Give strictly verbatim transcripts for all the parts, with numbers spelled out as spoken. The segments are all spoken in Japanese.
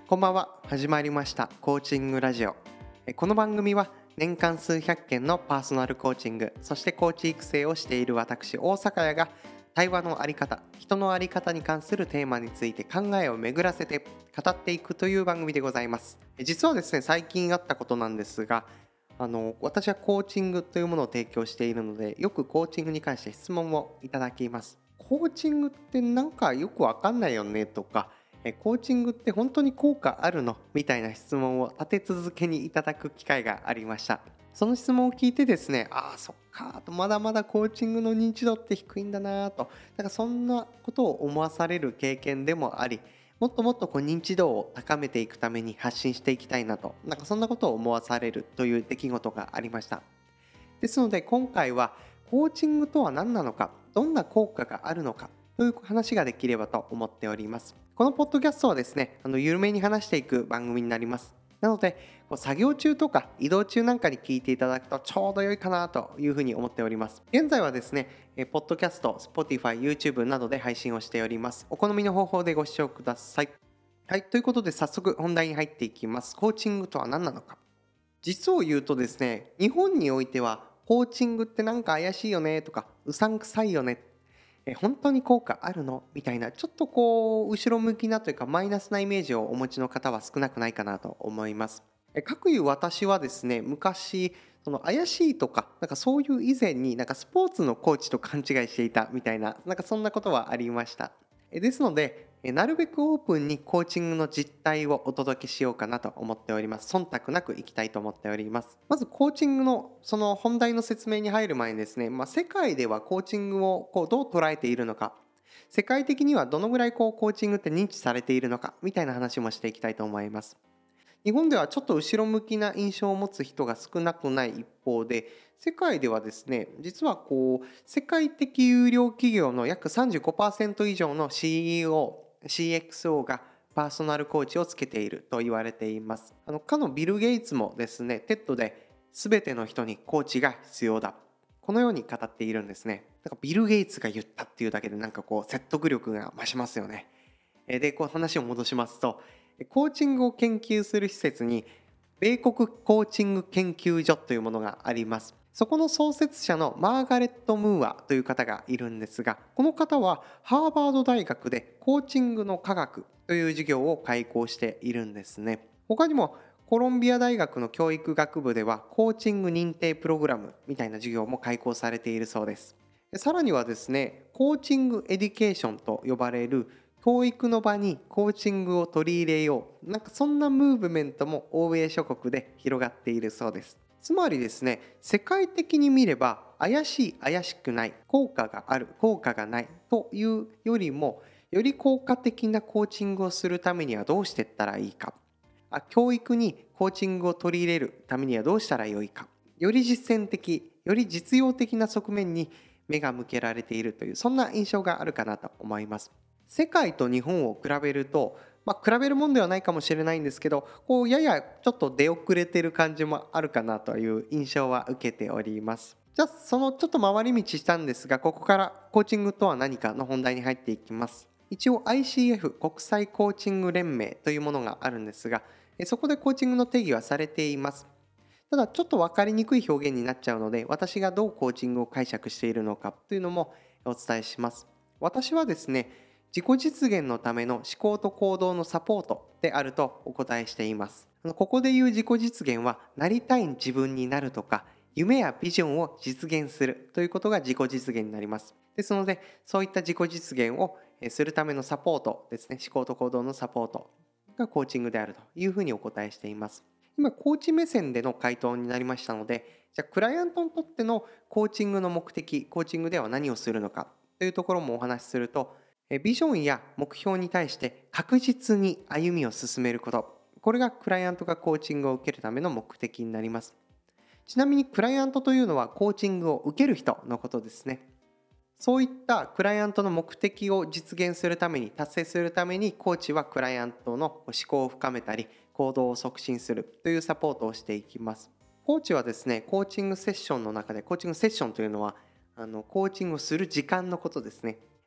こんばんは。始まりましたコーチングラジオ。この番組は年間数百件のパーソナルコーチング、そしてコーチ育成をしている私大阪屋が対話のあり方、人のあり方に関するテーマについて考えを巡らせて語っていくという番組でございます。実はですね、最近あったことなんですが、あの私はコーチングというものを提供しているので、よくコーチングに関して質問をいただきます。コーチングってなんかよくわかんないよねとか、コーチングって本当に効果あるのみたいな質問を立て続けにいただく機会がありました。その質問を聞いてですね、ああそっかと、まだまだコーチングの認知度って低いんだなと、なんかそんなことを思わされる経験でもあり、もっともっとこう認知度を高めていくために発信していきたいなと、なんかそんなことを思わされるという出来事がありました。ですので今回はコーチングとは何なのか、どんな効果があるのかという話ができればと思っております。このポッドキャストはですね、あの緩めに話していく番組になります。なのでこう作業中とか移動中なんかに聞いていただくとちょうど良いかなというふうに思っております。現在はですね、えポッドキャスト、Spotify、YouTube などで配信をしております。お好みの方法でご視聴ください。はい、ということで早速本題に入っていきます。コーチングとは何なのか。実を言うとですね、日本においてはコーチングってなんか怪しいよねとかうさんくさいよね、え本当に効果あるのみたいな、ちょっとこう後ろ向きなというかマイナスなイメージをお持ちの方は少なくないかなと思います。えかくいう私はですね、昔その怪しいとかなんかそういう以前になんかスポーツのコーチと勘違いしていたみたいな、なんかそんなことはありました。えですのでえなるべくオープンにコーチングの実態をお届けしようかなと思っております。忖度なくいきたいと思っております。まずコーチングのその本題の説明に入る前にですね、まあ、世界ではコーチングをこうどう捉えているのか、世界的にはどのぐらいこうコーチングって認知されているのかみたいな話もしていきたいと思います。日本ではちょっと後ろ向きな印象を持つ人が少なくない一方で、世界ではですね、実はこう世界的有料企業の約 さんじゅうごパーセント 以上の シーイーオー、シーエックスオー がパーソナルコーチをつけていると言われています。あのかのビル・ゲイツもですね、テッドで全ての人にコーチが必要だ、このように語っているんですね。だからビル・ゲイツが言ったっていうだけでなんかこう説得力が増しますよね。で、こう話を戻しますと、コーチングを研究する施設に米国コーチング研究所というものがあります。そこの創設者のマーガレット・ムーアという方がいるんですが、この方はハーバード大学でコーチングの科学という授業を開講しているんですね。他にもコロンビア大学の教育学部ではコーチング認定プログラムみたいな授業も開講されているそうです。さらにはですね、コーチングエデュケーションと呼ばれる教育の場にコーチングを取り入れよう、なんかそんなムーブメントも欧米諸国で広がっているそうです。つまりですね、世界的に見れば怪しい怪しくない、効果がある効果がないというよりも、より効果的なコーチングをするためにはどうしていったらいいか、あ教育にコーチングを取り入れるためにはどうしたらよいか、より実践的、より実用的な側面に目が向けられているという、そんな印象があるかなと思います。世界と日本を比べると、まあ、比べるもんではないかもしれないんですけど、こうややちょっと出遅れてる感じもあるかなという印象は受けております。じゃあそのちょっと回り道したんですが、ここからコーチングとは何かの本題に入っていきます。一応 アイシーエフ 国際コーチング連盟というものがあるんですが、そこでコーチングの定義はされています。ただちょっと分かりにくい表現になっちゃうので、私がどうコーチングを解釈しているのかというのもお伝えします。私はですね、自己実現のための思考と行動のサポートであるとお答えしています。ここで言う自己実現は、なりたい自分になるとか、夢やビジョンを実現するということが自己実現になります。ですので、そういった自己実現をするためのサポートですね、思考と行動のサポートがコーチングであるというふうにお答えしています。今コーチ目線での回答になりましたので、じゃあクライアントにとってのコーチングの目的、コーチングでは何をするのかというところもお話しすると、ビジョンや目標に対して確実に歩みを進めること、これがクライアントがコーチングを受けるための目的になります。ちなみにクライアントというのはコーチングを受ける人のことですね。そういったクライアントの目的を実現するために、達成するために、コーチはクライアントの思考を深めたり行動を促進するというサポートをしていきます。コーチはですね、コーチングセッションの中で、コーチングセッションというのはあのコーチングをする時間のことですね。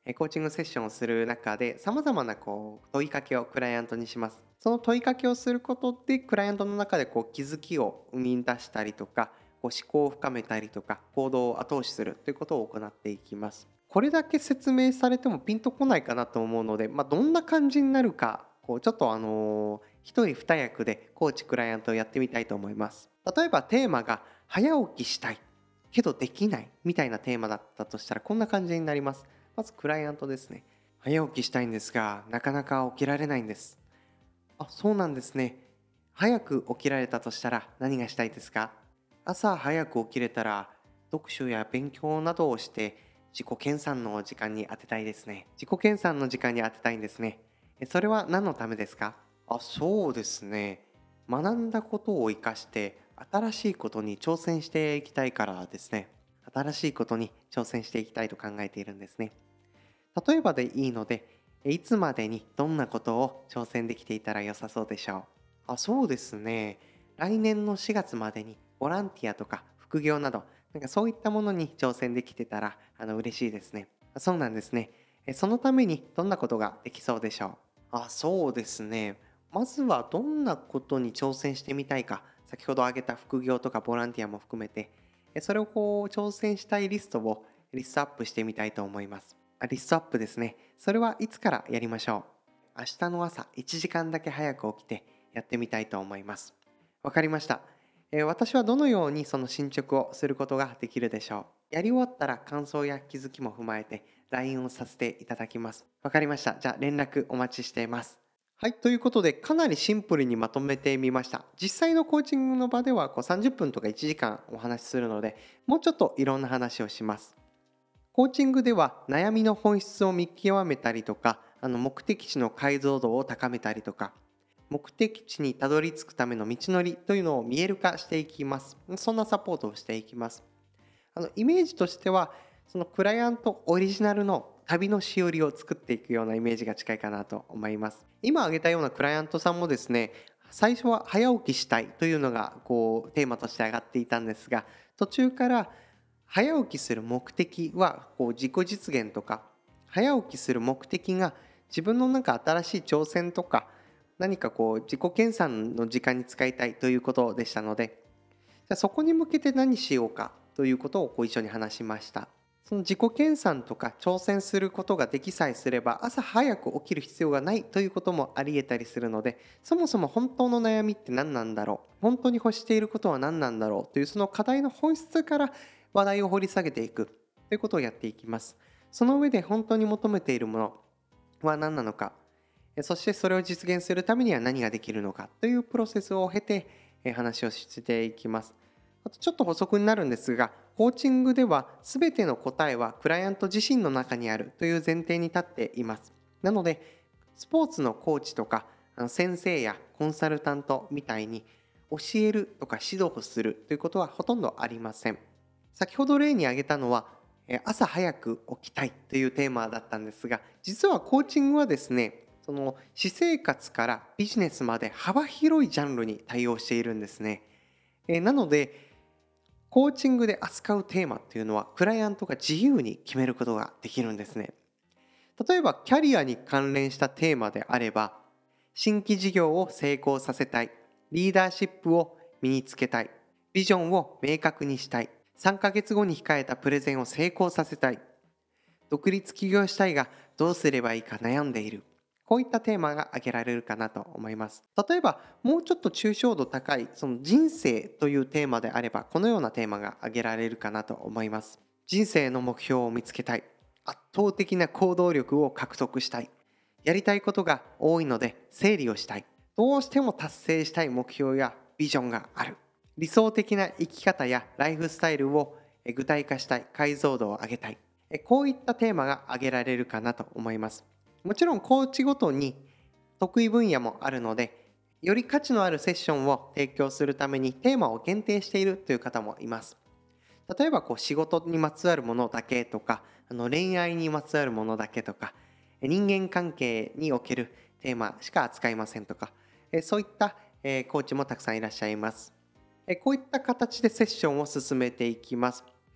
えコーチングセッションをする中で様々なこう問いかけをクライアントにします。その問いかけをすることでクライアントの中でこう気づきを生み出したりとか、こう思考を深めたりとか行動を後押しするということを行っていきます。これだけ説明されてもピンとこないかなと思うので、まあ、どんな感じになるかこうちょっとあのー、一人二役でコーチクライアントをやってみたいと思います。例えばテーマが早起きしたいけどできないみたいなテーマだったとしたらこんな感じになります。まずクライアントですね。早起きしたいんですがなかなか起きられないんです。あ、そうなんですね。早く起きられたとしたら何がしたいですか？朝早く起きれたら読書や勉強などをして自己研鑽の時間に当てたいですね。自己研鑽の時間に当てたいんですね。えそれは何のためですか？あ、そうですね。学んだことを生かして新しいことに挑戦していきたいからですね。新しいことに挑戦していきたいと考えているんですね。例えばでいいので、いつまでにどんなことを挑戦できていたら良さそうでしょう。あ、そうですね。来年のしがつまでにボランティアとか副業など、なんかそういったものに挑戦できてたらあの嬉しいですね。あ、そうなんですね。えそのためにどんなことができそうでしょう。あ、そうですね。まずはどんなことに挑戦してみたいか、先ほど挙げた副業とかボランティアも含めて、えそれをこう挑戦したいリストをリストアップしてみたいと思います。あ、リストアップですね。それはいつからやりましょう。明日の朝いちじかんだけ早く起きてやってみたいと思います。わかりました。えー私はどのようにその進捗をすることができるでしょう。やり終わったら感想や気づきも踏まえて ライン をさせていただきます。わかりました。じゃあ連絡お待ちしています。はい、ということでかなりシンプルにまとめてみました。実際のコーチングの場ではこうさんじゅっぷんとかいちじかんお話しするので、もうちょっといろんな話をします。コーチングでは悩みの本質を見極めたりとか、あの目的地の解像度を高めたりとか、目的地にたどり着くための道のりというのを見える化していきます。そんなサポートをしていきます。あのイメージとしては、そのクライアントオリジナルの旅のしおりを作っていくようなイメージが近いかなと思います。今挙げたようなクライアントさんもですね、最初は早起きしたいというのがこうテーマとして上がっていたんですが、途中から早起きする目的はこう自己実現とか、早起きする目的が自分のなんか新しい挑戦とか、何かこう自己研鑽の時間に使いたいということでしたので、じゃあそこに向けて何しようかということをこう一緒に話しました。その自己研鑽とか挑戦することができさえすれば朝早く起きる必要がないということもあり得たりするので、そもそも本当の悩みって何なんだろう、本当に欲していることは何なんだろうというその課題の本質から話題を掘り下げていくということをやっていきます。その上で本当に求めているものは何なのか、そしてそれを実現するためには何ができるのかというプロセスを経て話をしていきます。あとちょっと補足になるんですが、コーチングでは全ての答えはクライアント自身の中にあるという前提に立っています。なのでスポーツのコーチとか先生やコンサルタントみたいに教えるとか指導をするということはほとんどありません。先ほど例に挙げたのは朝早く起きたいというテーマだったんですが、実はコーチングはですね、その私生活からビジネスまで幅広いジャンルに対応しているんですね。なのでコーチングで扱うテーマっていうのはクライアントが自由に決めることができるんですね。例えばキャリアに関連したテーマであれば、新規事業を成功させたい、リーダーシップを身につけたい、ビジョンを明確にしたい、さんかげつごに控えたプレゼンを成功させたい、独立起業したいがどうすればいいか悩んでいる、こういったテーマが挙げられるかなと思います。例えばもうちょっと抽象度高いその人生というテーマであれば、このようなテーマが挙げられるかなと思います。人生の目標を見つけたい、圧倒的な行動力を獲得したい、やりたいことが多いので整理をしたい、どうしても達成したい目標やビジョンがある、理想的な生き方やライフスタイルを具体化したい、解像度を上げたい、こういったテーマが挙げられるかなと思います。もちろんコーチごとに得意分野もあるので、より価値のあるセッションを提供するためにテーマを限定しているという方もいます。例えばこう仕事にまつわるものだけとか、あの恋愛にまつわるものだけとか、人間関係におけるテーマしか扱いませんとか、そういったコーチもたくさんいらっしゃいます。こういった形でセッションを進めていきます。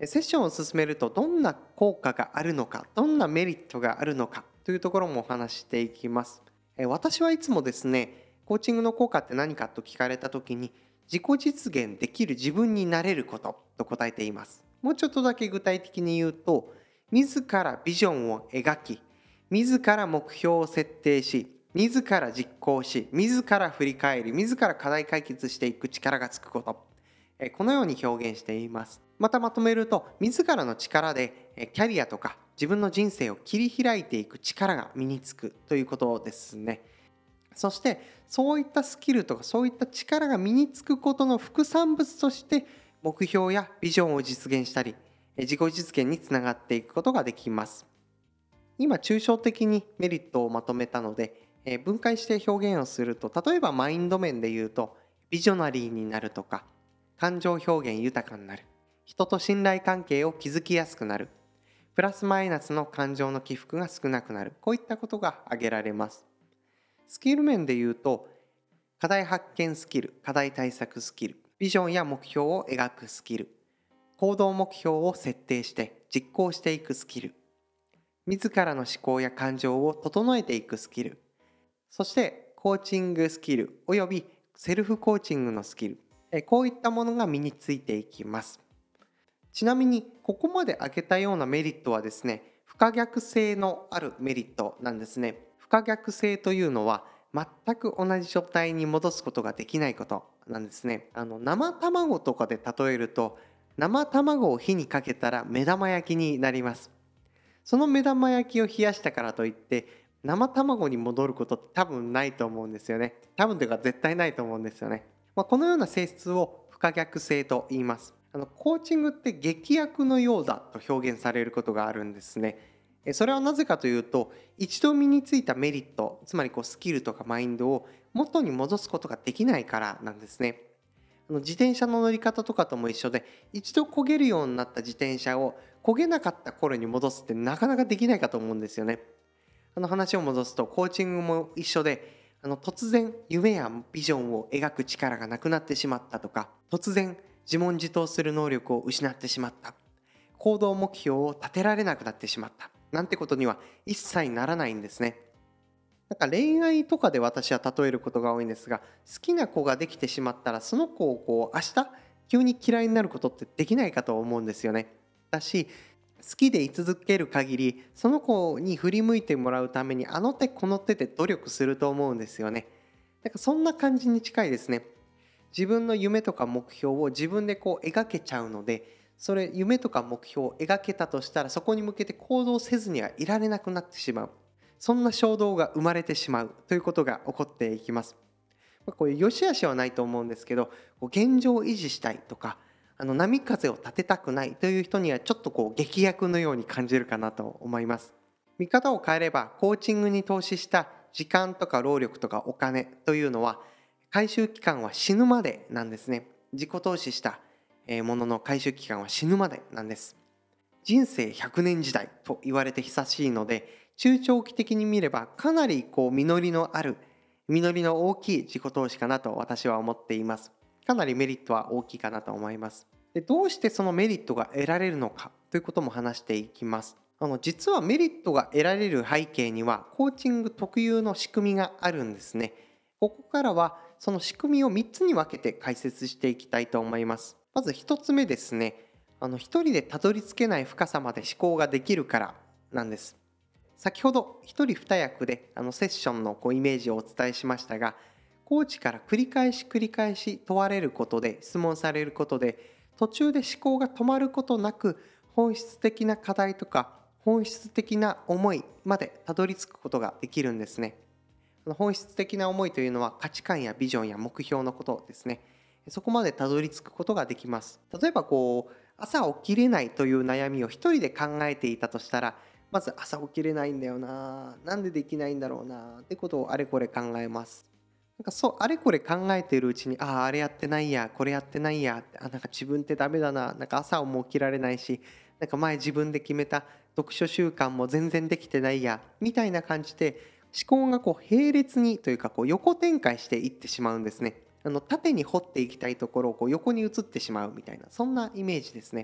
セッションを進めるとどんな効果があるのか、どんなメリットがあるのかというところもお話していきます。私はいつもですね、コーチングの効果って何かと聞かれた時に、自己実現できる自分になれることと答えています。もうちょっとだけ具体的に言うと、自らビジョンを描き、自ら目標を設定し、自ら実行し、自ら振り返り、自ら課題解決していく力がつくこと、このように表現しています。またまとめると、自らの力でキャリアとか自分の人生を切り開いていく力が身につくということですね。そしてそういったスキルとかそういった力が身につくことの副産物として、目標やビジョンを実現したり自己実現につながっていくことができます。今抽象的にメリットをまとめたので、分解して表現をすると、例えばマインド面で言うと、ビジョナリーになるとか、感情表現豊かになる、人と信頼関係を築きやすくなる、プラスマイナスの感情の起伏が少なくなる、こういったことが挙げられます。スキル面で言うと、課題発見スキル、課題対策スキル、ビジョンや目標を描くスキル、行動目標を設定して実行していくスキル、自らの思考や感情を整えていくスキル、そしてコーチングスキルおよびセルフコーチングのスキル、こういったものが身についていきます。ちなみにここまで挙げたようなメリットはですね、不可逆性のあるメリットなんですね。不可逆性というのは全く同じ状態に戻すことができないことなんですね。あの生卵とかで例えると、生卵を火にかけたら目玉焼きになります。その目玉焼きを冷やしたからといって生卵に戻ることって多分ないと思うんですよね。多分というか絶対ないと思うんですよね。まあ、このような性質を不可逆性と言います。あのコーチングって劇薬のようだと表現されることがあるんですね。それはなぜかというと、一度身についたメリット、つまりこうスキルとかマインドを元に戻すことができないからなんですね。あの自転車の乗り方とかとも一緒で、一度焦げるようになった自転車を焦げなかった頃に戻すってなかなかできないかと思うんですよね。あの話を戻すと、コーチングも一緒で、あの突然夢やビジョンを描く力がなくなってしまったとか、突然自問自答する能力を失ってしまった、行動目標を立てられなくなってしまったなんてことには一切ならないんですね。なんか恋愛とかで私は例えることが多いんですが、好きな子ができてしまったら、その子をこう明日急に嫌いになることってできないかと思うんですよね。だし、好きで居続ける限り、その子に振り向いてもらうためにあの手この手で努力すると思うんですよね。だからそんな感じに近いですね。自分の夢とか目標を自分でこう描けちゃうので、それ夢とか目標を描けたとしたら、そこに向けて行動せずにはいられなくなってしまう、そんな衝動が生まれてしまうということが起こっていきます。こういう良し悪しはないと思うんですけど、現状を維持したいとか、あの波風を立てたくないという人にはちょっとこう劇薬のように感じるかなと思います。見方を変えれば、コーチングに投資した時間とか労力とかお金というのは回収期間は死ぬまでなんですね。自己投資したものの回収期間は死ぬまでなんです。人生ひゃくねん時代と言われて久しいので、中長期的に見ればかなりこう実りのある、実りの大きい自己投資かなと私は思っています。かなりメリットは大きいかなと思います。で、どうしてそのメリットが得られるのかということも話していきます。あの実はメリットが得られる背景にはコーチング特有の仕組みがあるんですね。ここからはその仕組みをみっつに分けて解説していきたいと思います。まずひとつめですね。あの一人でたどり着けない深さまで思考ができるからなんです。先ほど一人二役であのセッションのこうイメージをお伝えしましたが、コーチから繰り返し繰り返し問われることで、質問されることで、途中で思考が止まることなく本質的な課題とか本質的な思いまでたどり着くことができるんですね。本質的な思いというのは価値観やビジョンや目標のことですね。そこまでたどり着くことができます。例えばこう朝起きれないという悩みを一人で考えていたとしたら、まず朝起きれないんだよな、なんでできないんだろうなってことをあれこれ考えます。なんかそうあれこれ考えているうちに、あああれやってないや、これやってないやって、あなんか自分ってダメだな、なんか朝も起きられないし、なんか前自分で決めた読書習慣も全然できてないやみたいな感じで、思考がこう並列にというかこう横展開していってしまうんですね。あの縦に掘っていきたいところをこう横に移ってしまうみたいな、そんなイメージですね。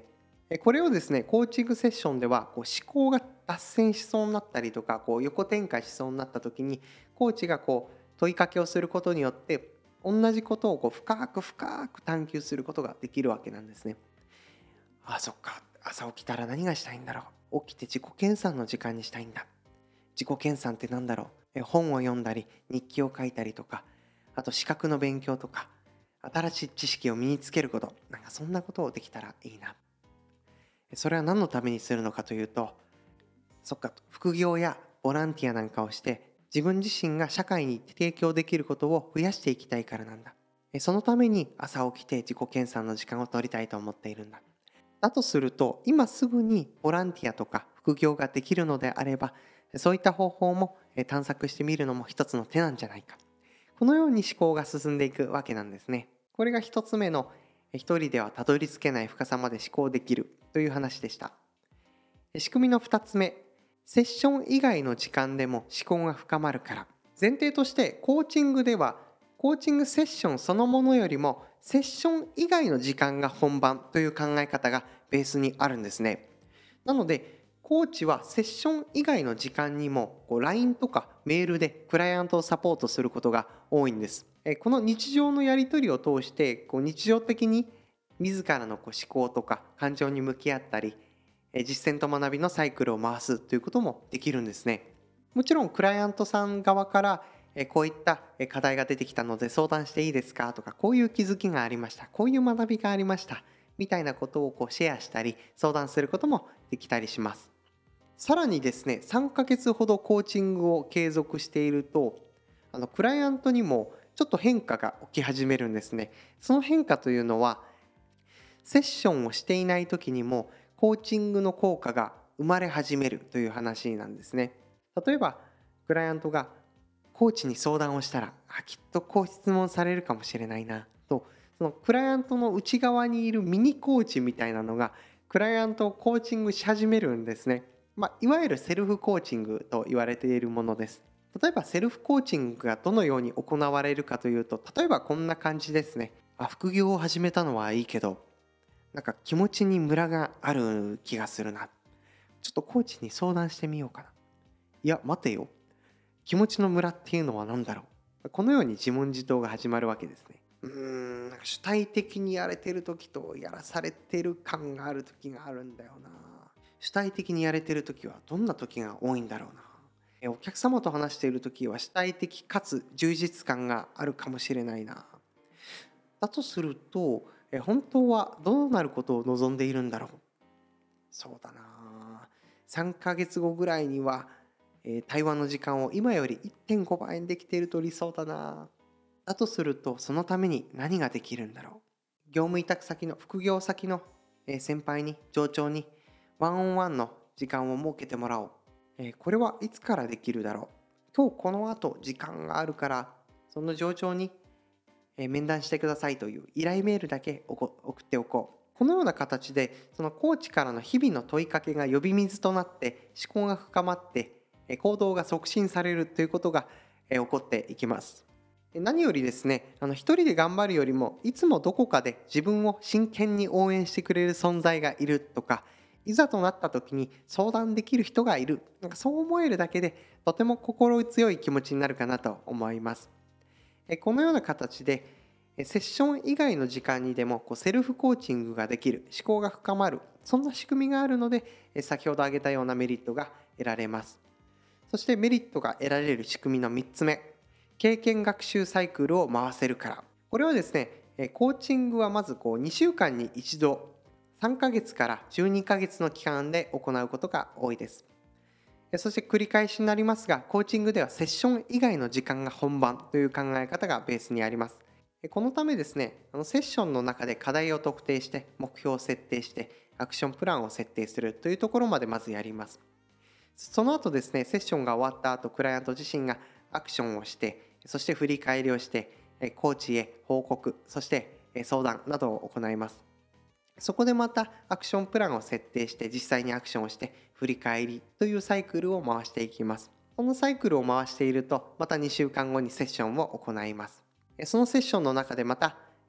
これをですね、コーチングセッションではこう思考が脱線しそうになったりとか、こう横展開しそうになった時に、コーチがこう問いかけをすることによって同じことをこう深く深く探求することができるわけなんですね。あ、そっか、朝起きたら何がしたいんだろう、起きて自己研鑽の時間にしたいんだ。自己研鑽ってなんだろう、え本を読んだり日記を書いたりとか、あと資格の勉強とか新しい知識を身につけること、なんかそんなことをできたらいいな。それは何のためにするのかというと、そっか、副業やボランティアなんかをして自分自身が社会に提供できることを増やしていきたいからなんだ。そのために朝起きて自己研鑽の時間を取りたいと思っているんだ。だとすると、今すぐにボランティアとか副業ができるのであれば、そういった方法も探索してみるのも一つの手なんじゃないか。このように思考が進んでいくわけなんですね。これが一つ目の、一人ではたどり着けない深さまで思考できるという話でした。仕組みの二つ目、セッション以外の時間でも思考が深まるから。前提としてコーチングではコーチングセッションそのものよりもセッション以外の時間が本番という考え方がベースにあるんですね。なのでコーチはセッション以外の時間にもこう ライン とかメールでクライアントをサポートすることが多いんです。この日常のやり取りを通してこう日常的に自らのこう思考とか感情に向き合ったり、実践と学びのサイクルを回すということもできるんですね。もちろんクライアントさん側からこういった課題が出てきたので相談していいですかとか、こういう気づきがありました、こういう学びがありましたみたいなことをこうシェアしたり相談することもできたりします。さらにですね、さんかげつほどコーチングを継続していると、あのクライアントにもちょっと変化が起き始めるんですね。その変化というのは、セッションをしていない時にもコーチングの効果が生まれ始めるという話なんですね。例えばクライアントがコーチに相談をしたら、あ、きっとこう質問されるかもしれないなと、そのクライアントの内側にいるミニコーチみたいなのがクライアントをコーチングし始めるんですね。まあ、いわゆるセルフコーチングと言われているものです。例えばセルフコーチングがどのように行われるかというと、例えばこんな感じですね。あ、副業を始めたのはいいけど、なんか気持ちにムラがある気がするな。ちょっとコーチに相談してみようかな。いや、待てよ。気持ちのムラっていうのは何だろう。このように自問自答が始まるわけですね。うーん、なんか主体的にやれてる時とやらされてる感がある時があるんだよな。主体的にやれてる時はどんな時が多いんだろうな。えお客様と話している時は主体的かつ充実感があるかもしれないな。だとすると、え本当はどうなることを望んでいるんだろう。そうだな。さんかげつごぐらいには、えー対話の時間を今よりいってんごばいにできていると理想だな。だとすると、そのために何ができるんだろう。業務委託先の副業先のえー先輩に上長にワンオンワンの時間を設けてもらおう。えーこれはいつからできるだろう。今日この後時間があるからその上長にえー面談してくださいという依頼メールだけおこ送っておこう。このような形でそのコーチからの日々の問いかけが呼び水となって思考が深まってえー行動が促進されるということがえー起こっていきます。何よりですね、あの一人で頑張るよりもいつもどこかで自分を真剣に応援してくれる存在がいるとか、いざとなった時に相談できる人がいる、なんかそう思えるだけでとても心強い気持ちになるかなと思います。えこのような形でえセッション以外の時間にでもこうセルフコーチングができる、思考が深まる、そんな仕組みがあるのでえ先ほど挙げたようなメリットが得られます。そしてメリットが得られる仕組みのみっつめ、経験学習サイクルを回せるから。これはですね、コーチングはまずこうにしゅうかんに一度、さんかげつからじゅうにかげつの期間で行うことが多いです。そして繰り返しになりますが、コーチングではセッション以外の時間が本番という考え方がベースにあります。このためですね、あのセッションの中で課題を特定して、目標を設定して、アクションプランを設定するというところまでまずやります。その後ですね、セッションが終わった後、クライアント自身がアクションをして、そして振り返りをして、コーチへ報告、そして相談などを行います。そこでまたアクションプランを設定して実際にアクションをして振り返りというサイクルを回していきます。このサイクルを回しているとまたにしゅうかんごにセッションを行います。そのセッションの中でまた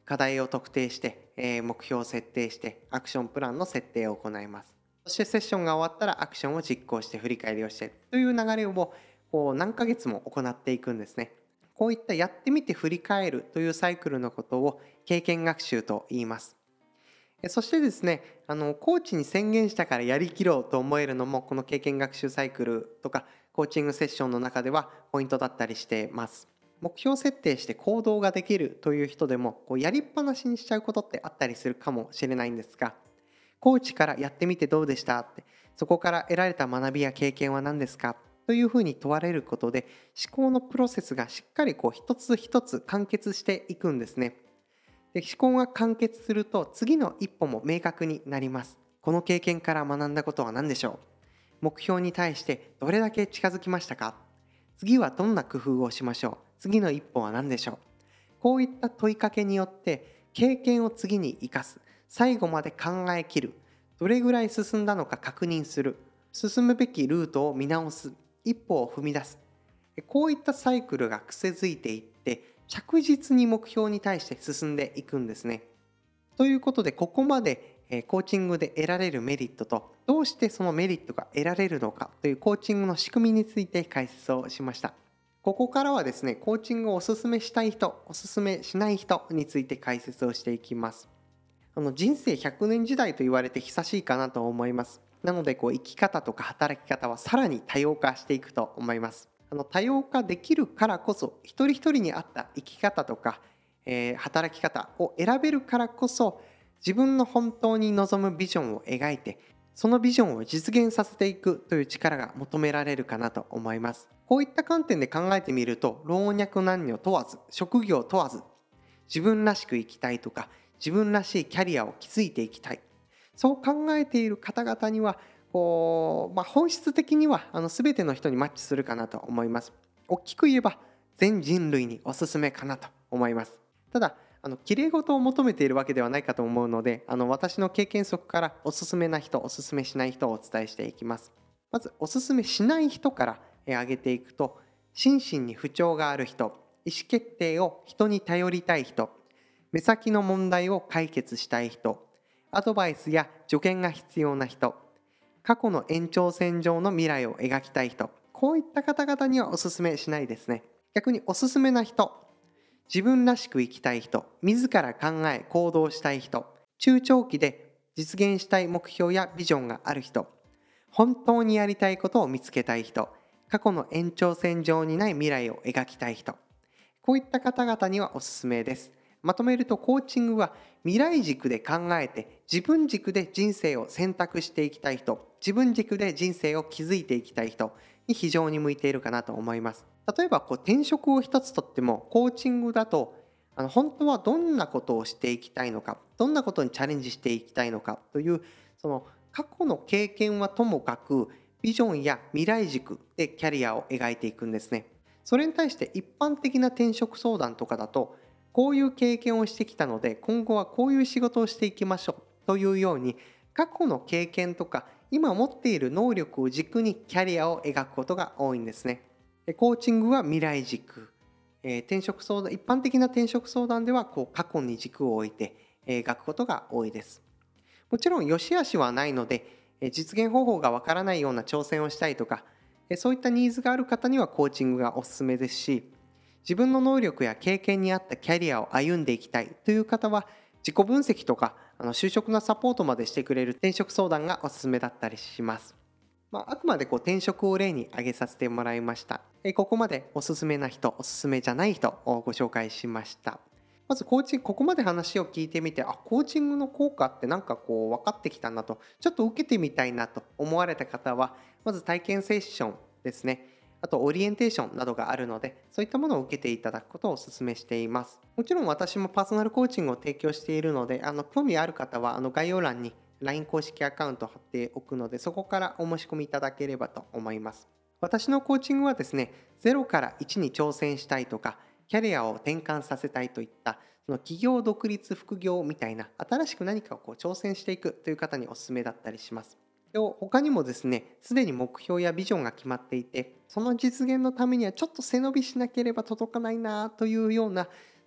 課題を特定して、えー目標を設定してアクションプランの設定を行います。そしてセッションが終わったらアクションを実行して振り返りをしてという流れをこう何ヶ月も行っていくんですね。こういったやってみて振り返るというサイクルのことを経験学習と言います。そしてですね、あのコーチに宣言したからやりきろうと思えるのもこの経験学習サイクルとかコーチングセッションの中ではポイントだったりしてます。目標設定して行動ができるという人でもこうやりっぱなしにしちゃうことってあったりするかもしれないんですが、コーチからやってみてどうでしたって、そこから得られた学びや経験は何ですかというふうに問われることで思考のプロセスがしっかりこう一つ一つ完結していくんですね。で、思考が完結すると次の一歩も明確になります。この経験から学んだことは何でしょう。目標に対してどれだけ近づきましたか。次はどんな工夫をしましょう。次の一歩は何でしょう。こういった問いかけによって経験を次に生かす、最後まで考えきる、どれぐらい進んだのか確認する、進むべきルートを見直す、一歩を踏み出す、こういったサイクルが癖づいていって着実に目標に対して進んでいくんですね。ということでここまでコーチングで得られるメリットとどうしてそのメリットが得られるのかというコーチングの仕組みについて解説をしました。ここからはですね、コーチングをおすすめしたい人、おすすめしない人について解説をしていきます。あの人生ひゃくねん時代と言われて久しいかなと思います。なのでこう生き方とか働き方はさらに多様化していくと思います。あの多様化できるからこそ一人一人に合った生き方とか、えー働き方を選べるからこそ自分の本当に望むビジョンを描いてそのビジョンを実現させていくという力が求められるかなと思います。こういった観点で考えてみると老若男女問わず職業問わず自分らしく生きたいとか自分らしいキャリアを築いていきたい、そう考えている方々にはこう、まあ、本質的にはあの全ての人にマッチするかなと思います。大きく言えば全人類におすすめかなと思います。ただあの綺麗事を求めているわけではないかと思うので、あの私の経験則からおすすめな人、おすすめしない人をお伝えしていきます。まずおすすめしない人から挙げていくと、心身に不調がある人、意思決定を人に頼りたい人、目先の問題を解決したい人、アドバイスや助言が必要な人、過去の延長線上の未来を描きたい人、こういった方々にはおすすめしないですね。逆におすすめな人、自分らしく生きたい人、自ら考え行動したい人、中長期で実現したい目標やビジョンがある人、本当にやりたいことを見つけたい人、過去の延長線上にない未来を描きたい人、こういった方々にはおすすめです。まとめるとコーチングは未来軸で考えて自分軸で人生を選択していきたい人、自分軸で人生を築いていきたい人に非常に向いているかなと思います。例えばこう転職を一つとってもコーチングだとあの本当はどんなことをしていきたいのか、どんなことにチャレンジしていきたいのかというその過去の経験はともかくビジョンや未来軸でキャリアを描いていくんですね。それに対して一般的な転職相談とかだとこういう経験をしてきたので今後はこういう仕事をしていきましょうというように過去の経験とか今持っている能力を軸にキャリアを描くことが多いんですね。コーチングは未来軸、えー、転職相談一般的な転職相談ではこう過去に軸を置いて描くことが多いです。もちろん良し悪しはないので実現方法がわからないような挑戦をしたいとかそういったニーズがある方にはコーチングがおすすめですし、自分の能力や経験に合ったキャリアを歩んでいきたいという方は自己分析とかあの就職のサポートまでしてくれる転職相談がおすすめだったりします。まあ、あくまでこう転職を例に挙げさせてもらいました。ここまでおすすめな人、おすすめじゃない人をご紹介しました。まずコーチング、ここまで話を聞いてみて、あ、コーチングの効果ってなんかこう分かってきたなと、ちょっと受けてみたいなと思われた方は、まず体験セッションですね。あとオリエンテーションなどがあるので、そういったものを受けていただくことをお勧めしています。もちろん私もパーソナルコーチングを提供しているので、あの興味ある方はあの概要欄に ライン 公式アカウントを貼っておくので、そこからお申し込みいただければと思います。私のコーチングはですね、ゼロからいちに挑戦したいとか、キャリアを転換させたいといったその企業独立副業みたいな新しく何かをこう挑戦していくという方におすすめだったりします。他にもですね、すでに目標やビジョンが決まっていて、その実現のためにはちょっと背伸びしなければ届かないなというような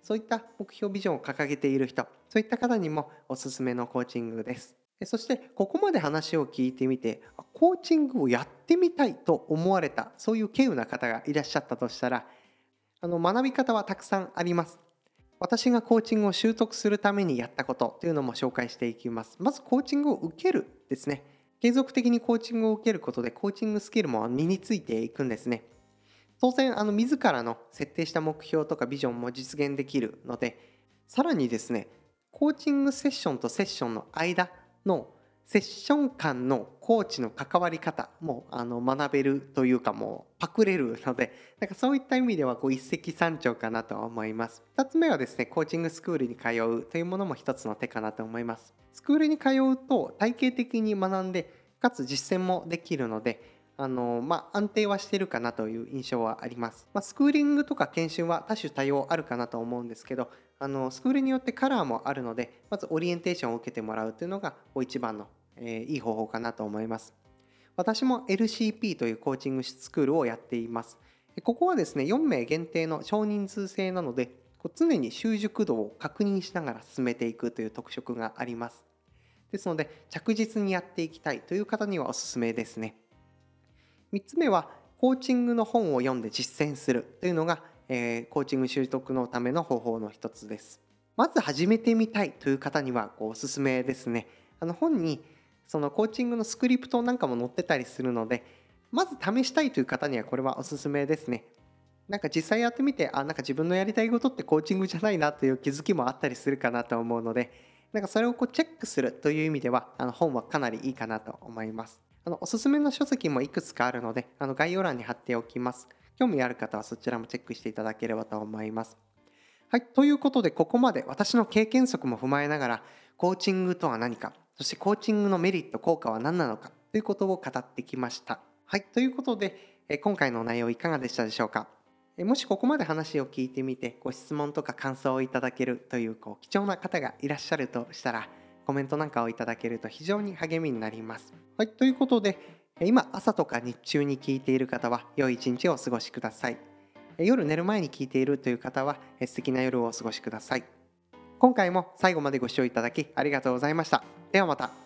そういった目標ビジョンを掲げている人、そういった方にもおすすめのコーチングです。そしてここまで話を聞いてみて、コーチングをやってみたいと思われた、そういう稀有な方がいらっしゃったとしたら、あの学び方はたくさんあります。私がコーチングを習得するためにやったことというのも紹介していきます。まずコーチングを受けるですね。継続的にコーチングを受けることでコーチングスキルも身についていくんですね。当然あの自らの設定した目標とかビジョンも実現できるので、さらにですね、コーチングセッションとセッションの間のセッション間のコーチの関わり方もあの学べるというか、もうパクれるので、なんかそういった意味ではこう一石三鳥かなと思います。ふたつめはですね、コーチングスクールに通うというものも一つの手かなと思います。スクールに通うと体系的に学んで、かつ実践もできるので、あのまあ、安定はしているかなという印象はあります。まあ、スクーリングとか研修は多種多様あるかなと思うんですけど、あのスクールによってカラーもあるので、まずオリエンテーションを受けてもらうというのが一番の、えーいい方法かなと思います。私も エルシーピー というコーチングスクールをやっています。ここはですね、よんめい限定の少人数制なので、こう常に習熟度を確認しながら進めていくという特色があります。ですので、着実にやっていきたいという方にはおすすめですね。みっつめはコーチングの本を読んで実践するというのが、えーコーチング習得のための方法の一つです。まず始めてみたいという方にはこうおすすめですね。あの本にそのコーチングのスクリプトなんかも載ってたりするので、まず試したいという方にはこれはおすすめですね。なんか実際やってみて、あ、なんか自分のやりたいことってコーチングじゃないなという気づきもあったりするかなと思うので、なんかそれをこうチェックするという意味では、あの本はかなりいいかなと思います。あのおすすめの書籍もいくつかあるので、あの概要欄に貼っておきます。興味ある方はそちらもチェックしていただければと思います。はい、ということでここまで私の経験則も踏まえながら、コーチングとは何か、そしてコーチングのメリット効果は何なのかということを語ってきました。はい、ということでえ今回の内容いかがでしたでしょうか。えもしここまで話を聞いてみてご質問とか感想をいただけるという、こう貴重な方がいらっしゃるとしたら、コメントなんかをいただけると非常に励みになります。はい、ということで今朝とか日中に聞いている方は良い一日をお過ごしください。夜寝る前に聞いているという方は素敵な夜をお過ごしください。今回も最後までご視聴いただきありがとうございました。ではまた。